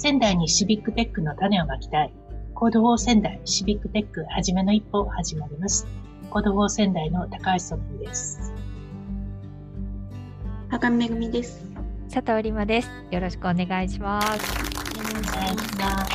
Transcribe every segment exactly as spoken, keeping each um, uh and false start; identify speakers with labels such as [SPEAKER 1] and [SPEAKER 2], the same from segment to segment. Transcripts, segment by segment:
[SPEAKER 1] 仙台にシビックテックの種をまきたい。コードフォー仙台シビックテックはじめの一歩始まります。コードフォー仙台の高橋聡です。
[SPEAKER 2] 高見めぐみです。
[SPEAKER 3] 佐藤里真です。よろしくお願いします。
[SPEAKER 1] お願いします。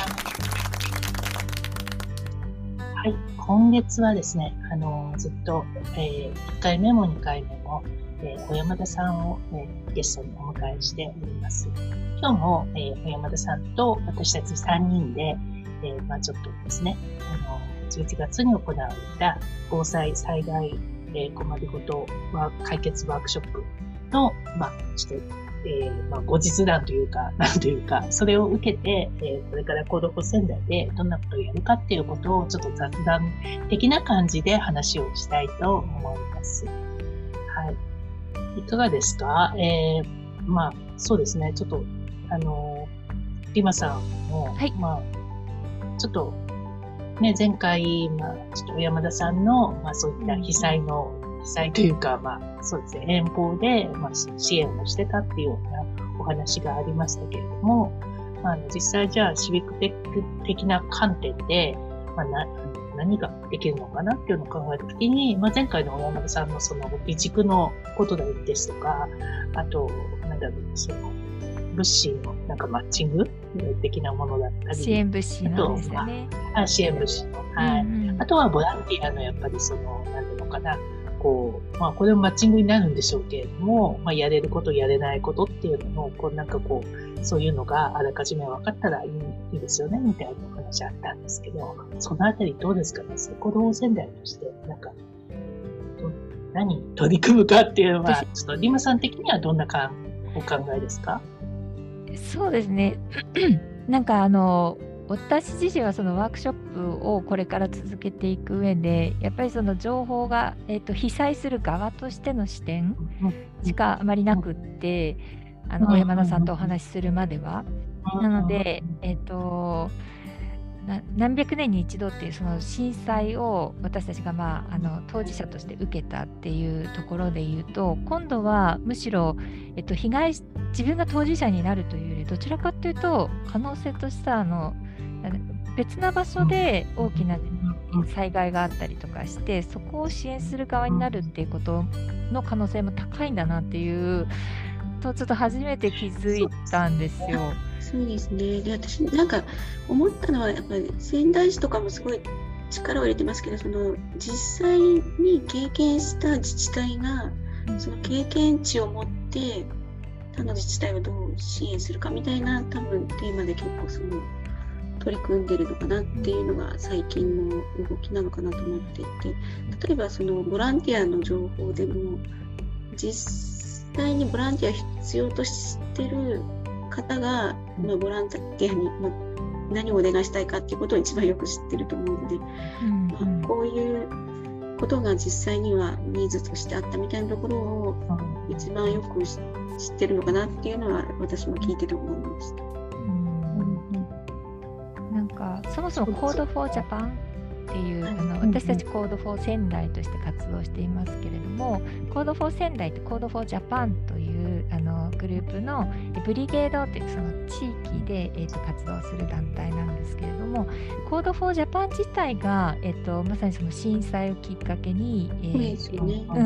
[SPEAKER 1] はい、今月はですね、あのずっと、えー、いっかいめもにかいめも、えー、小山田さんを、えー、ゲストにお迎えしております。今日も、えー、小山田さんと私たちさんにんで、えー、まあちょっとですね、あのじゅういちがつに行われた防災災害、えー、困りごと解決ワークショップの、まあちょっとえー、まあ後日談というか、なんというか、それを受けて、えー、これからコードフォー仙台でどんなことをやるかっていうことをちょっと雑談的な感じで話をしたいと思います。はい。いかがですか？えー、まあそうですね、ちょっと、あのー、リマさんも、はい、まあ、ちょっと、ね、前回、まあ、ちょっと小山田さんの、まあそういった被災の、被災というか、まあ、そうですね、遠方で、まあ、支援をしてたっていうようなお話がありましたけれども、まあ、実際じゃあ、シビックテック的な観点で、まあ、な何ができるのかなっていうのを考えたときに、まあ、前回の小山田さんのその備蓄のことですとか、あと、なんだろう、その、物資のなんかマッチング的なものだったり。
[SPEAKER 3] 支援物資なんですよね。
[SPEAKER 1] あ、支援物資の。はい、うんうん。あとはボランティアのやっぱりその、なんていうのかな。こう、まあこれもマッチングになるんでしょうけれども、まあやれること、やれないことっていうのを、こうなんかこう、そういうのがあらかじめ分かったらいい、いいですよね、みたいなお話あったんですけど、そのあたりどうですかね、コードフォー仙台として、なんか、何取り組むかっていうのは、ちょっとリマさん的にはどんなかお考えですか？
[SPEAKER 3] そうですね。なんかあの、私自身はそのワークショップをこれから続けていく上で、やっぱりその情報が、えーと、被災する側としての視点しかあまりなくって、あの小山田さんとお話しするまでは。なので、えーと、な何百年に一度っていうその震災を私たちが、まあ、あの当事者として受けたっていうところで言うと、今度はむしろ、えっと、被害自分が当事者になるというよりどちらかというと可能性としてはあの別な場所で大きな災害があったりとかして、そこを支援する側になるっていうことの可能性も高いんだなっていうとちょっと初めて気づいたんですよ。
[SPEAKER 2] そうですね。で、私なんか思ったのはやっぱり仙台市とかもすごい力を入れてますけど、その実際に経験した自治体がその経験値を持って他の自治体をどう支援するかみたいな多分テーマで結構その取り組んでるのかなっていうのが最近の動きなのかなと思っていて、例えばそのボランティアの情報でも実際にボランティア必要としてる方が、まあ、ボランティアに、まあ、何をお願いしたいかっていうことを一番よく知ってると思うので、うんまあ、こういうことが実際にはニーズとしてあったみたいなところを一番よく知ってるのかなっていうのは私も聞いてて思いました。
[SPEAKER 3] なんかそもそも Code for Japan っていう、あの私たち Code for 仙台として活動していますけれども、Code for 仙台って Code for Japan というあのグループのブリゲードというその地域で、えー、と活動する団体なんですけれども、Code for Japan 自体が、えー、とまさにその震災をきっかけに、えーねうん、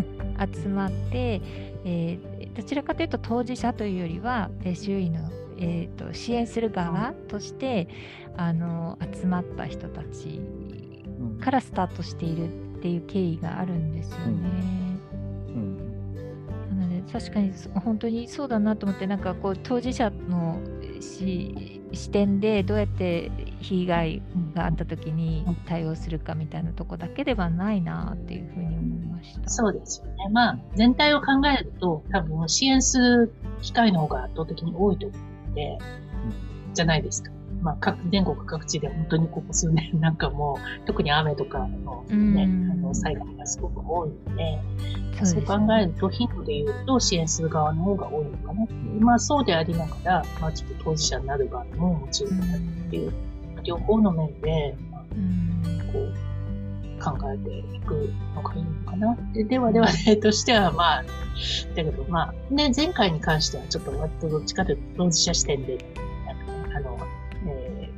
[SPEAKER 3] 集まって、えー、どちらかというと当事者というよりは、えー、周囲のえー、と支援する側としてあの集まった人たちからスタートしているっていう経緯があるんですよね。うんうん、なので確かに本当にそうだなと思って、なんかこう当事者のし視点でどうやって被害があった時に対応するかみたいなとこだけではないなっていうふうに思いました。
[SPEAKER 1] そうですよね。まあ全体を考えると多分支援する機会の方が圧倒的に多いと思うので、じゃないですか。まあ各全国各地で本当にここ数年なんかもう特に雨とかのね、あの災害がすごく多いので、そう考えると頻度で言うと支援する側の方が多いのかなっていう。まあそうでありながら、まあちょっと当事者になる側ももちろんあるっていう、両方の面で、まあ、こう考えていくのがいいのかな。で、ではではね、としてはまあ、だけどまあ、ね、前回に関してはちょっと割とどっちかというと当事者視点で、なんかね、あの、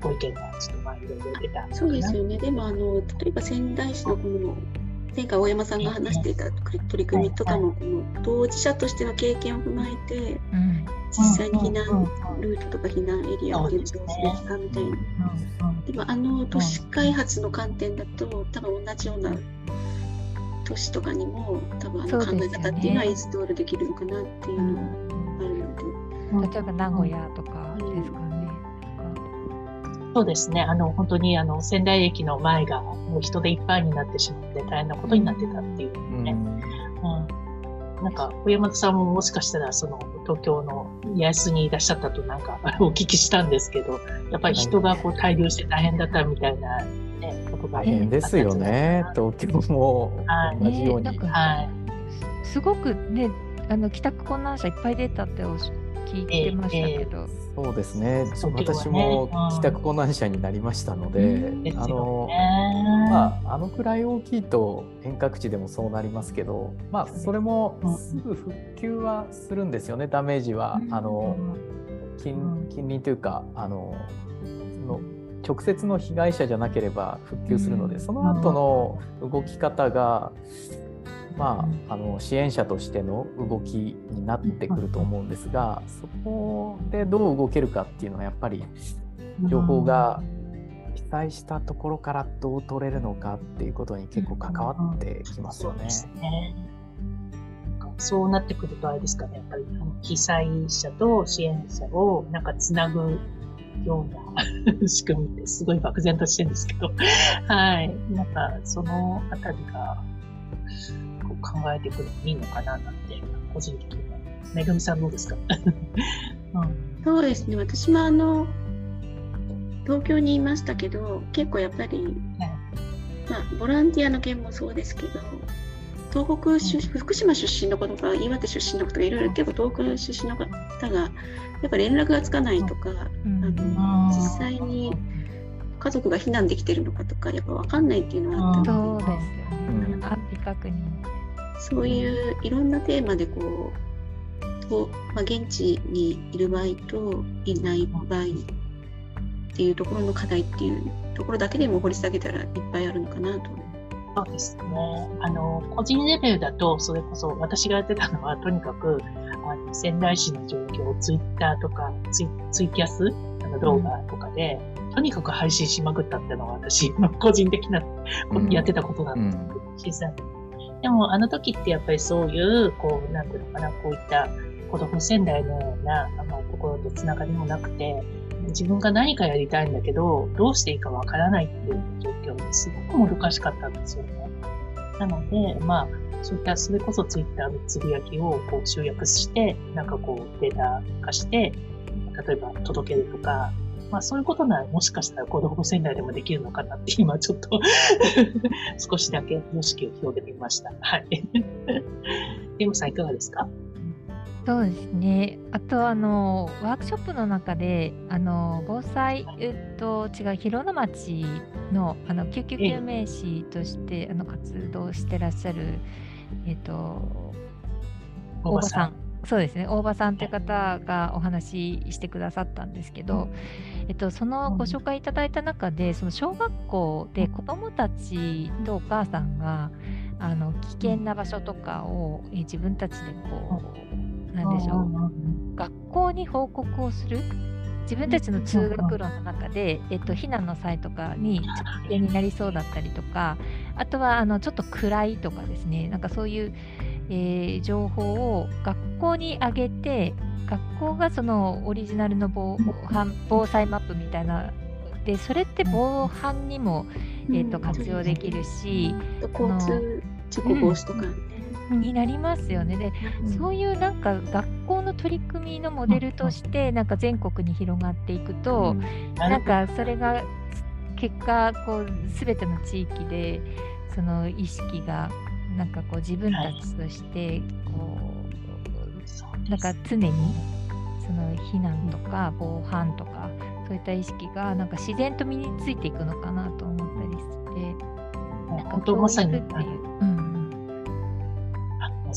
[SPEAKER 1] ご意見がちょっとまあいろいろ出た。
[SPEAKER 2] そうですよね。でもあの例えば仙台市のこの前回大山さんが話していた取り組みとかも、この当事者としての経験を踏まえて、うん、実際に避難ルートとか避難エリアを検討すべきかみたいな。でもあの都市開発の観点だと多分同じような都市とかにも多分あの考え方っていうのはインストールできるのかなっていうのがあるので、
[SPEAKER 3] 例えば名古屋とかですかね。
[SPEAKER 1] そうですね。あの本当にあの仙台駅の前がもう人でいっぱいになってしまって大変なことになってたっていうね。うんうん、なんか小山田さんももしかしたらその東京の八重洲にいらっしゃったとなんかお聞きしたんですけど、やっぱり人がこう大量して大変だったみたいな、ね、ことが
[SPEAKER 4] 大変ですよね。東京も同じように。はい
[SPEAKER 3] はい、すごくね、あの帰宅困難者いっぱい出たっておっしゃ聞いてましたけど、えーえー、
[SPEAKER 4] そうですね。私も帰宅困難者になりましたので、うん、あの、まああのくらい大きいと遠隔地でもそうなりますけど、まあそれもすぐ復旧はするんですよね。ダメージはあの 近, 近隣というかあのその直接の被害者じゃなければ復旧するので、その後の動き方がまあ、あの支援者としての動きになってくると思うんですが、そこでどう動けるかっていうのはやっぱり情報が被災したところからどう取れるのかっていうことに結構関わってきますよね。
[SPEAKER 1] そうですね。そうなってくるとあれですかね、やっぱり被災者と支援者をなんかつなぐような仕組みってすごい漠然としてるんですけど、はい、なんかそのあたりが考えていくのもいいのかななんて個人的には。めぐみさんどうですか？
[SPEAKER 2] うん、そうですね。私もあの東京にいましたけど、結構やっぱり、ね、まあボランティアの件もそうですけど、東北出、うん、福島出身の子とか岩手出身の子とかいろいろ結構東北出身の方がやっぱ連絡がつかないとか、うん、あの実際に家族が避難できてるのかとかやっぱ分かんないっていうのがあったので、
[SPEAKER 3] そうですよね。安否確認。
[SPEAKER 2] そういういろんなテーマでこうと、まあ、現地にいる場合といない場合っていうところの課題っていうところだけでも掘り下げたらいっぱいあるのかなと。
[SPEAKER 1] そうですね。あの個人レベルだとそれこそ私がやってたのはとにかくあの仙台市の状況をツイッターとかツイ、ツイキャスあの動画とかで、うん、とにかく配信しまくったっていうのが私の個人的な、うん、やってたことなんですけど、小さい。でもあの時ってやっぱりそういうこうなんていうのかな、こういった孤独仙台のような、まあ、ところとつながりもなくて、自分が何かやりたいんだけどどうしていいかわからないっていう状況ですごくもどかしかったんですよね。なのでまあそういったそれこそツイッターのつぶやきをこう集約してなんかこうデータ化して例えば届けるとか。まあそういうことならもしかしたら孤独仙台でもできるのかなって今ちょっと少しだけ様式を広げてみました。はい。エムさんいかがですか？
[SPEAKER 3] そうですね。あとあのワークショップの中であの防災えっと違う広野町のあの救急救命士としてあの活動してらっしゃるえっと大場さん。そうですね、大場さんという方がお話ししてくださったんですけど、えっと、そのご紹介いただいた中でその小学校で子どもたちとお母さんがあの危険な場所とかをえ自分たちでこうなんでしょう学校に報告をする自分たちの通学路の中で、えっと、避難の際とかに危険になりそうだったりとか、あとはあのちょっと暗いとかですね、なんかそういうえー、情報を学校に上げて学校がそのオリジナルの 防, 犯防災マップみたいなでそれって防犯にも、えー、と活用できるし、
[SPEAKER 2] 交通事故防止とか、
[SPEAKER 3] うん、になりますよね。で、うん、そういうなんか学校の取り組みのモデルとしてなんか全国に広がっていくと、うん、なんかそれが結果こう全ての地域でその意識がなんかこう自分たちとしてこう、はい、なんか常にその避難とか防犯とかそういった意識がなんか自然と身についていくのかなと思ったりして、
[SPEAKER 1] なんか教育っていう、うんうん、あ、じゃあ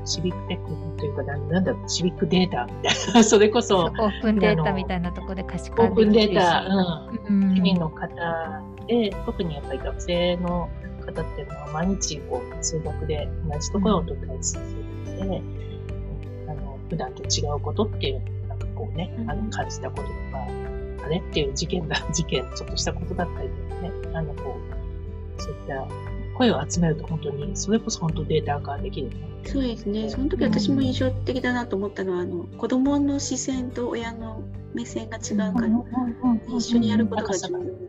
[SPEAKER 1] シビックテックというか、なんだろう、シビックデータみたいな、それこそ、
[SPEAKER 3] オープンデータみたいなところで可視化
[SPEAKER 1] オープンデー
[SPEAKER 3] できるし、
[SPEAKER 1] タ、うん、
[SPEAKER 3] うん
[SPEAKER 1] 市民の方で、特にやっぱり学生の方っていうのは毎日こう通学で同じところを取ったりするので、うん、あの普段と違うことっていうなんかこうね、あの感じたこととか、あれっていう事件だ、事件、ちょっとしたことだったりとかね、あのこう、そういった声を集めると本当に、それこそ本当データ化できる。
[SPEAKER 2] そうですね。その時私も印象的だなと思ったのは、あの子供の視線と親の目線が違うから、一緒にやることが重要っていう。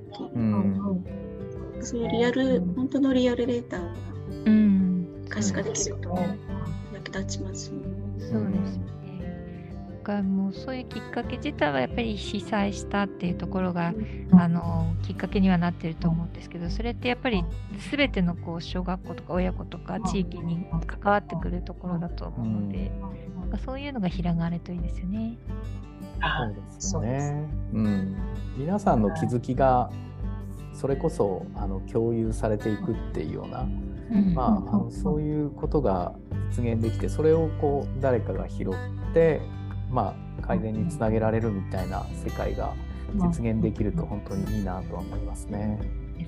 [SPEAKER 2] そういうリアル、本当のリアルデータを可視化できると役立ちますね。
[SPEAKER 3] そうですね。だからもうそういうきっかけ自体はやっぱり被災したっていうところが、うん、あのきっかけにはなってると思うんですけど、それってやっぱり全てのこう小学校とか親子とか地域に関わってくるところだと思うので、うん、そういうのが広がるといいですよね。
[SPEAKER 4] そうですね。うん、皆さんの気づきがそれこそあの共有されていくっていうような、うん、まあ、あのそういうことが実現できて、それをこう誰かが拾ってまあ、改善につなげられるみたいな世界が実現できると本当にいいなとは思いますね。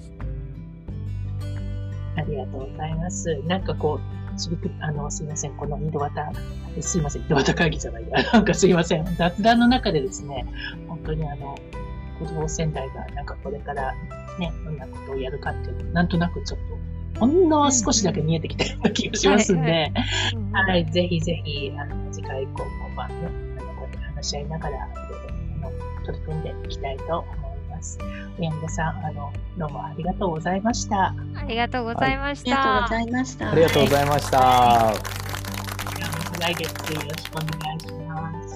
[SPEAKER 1] ありがとうございます。なんかこう、すごくあのすいません、この井戸端、すいません、井戸端会議じゃないや、なんかすいません、雑談の中でですね、本当にあの、子ども仙台がなんかこれからね、どんなことをやるかっていうのなんとなくちょっと、ほんの少しだけ見えてきたような気がしますんで、はい、ぜひぜひ、あの、次回以降も、まあね、話し合いながら取り組んでいきたいと思います。宮本さん、あのどうもありがとうございました。
[SPEAKER 3] ありがとうございました。
[SPEAKER 2] はい、ありがとうございました。
[SPEAKER 4] ありがとうございました。
[SPEAKER 1] はい、来月よろしくお願いします。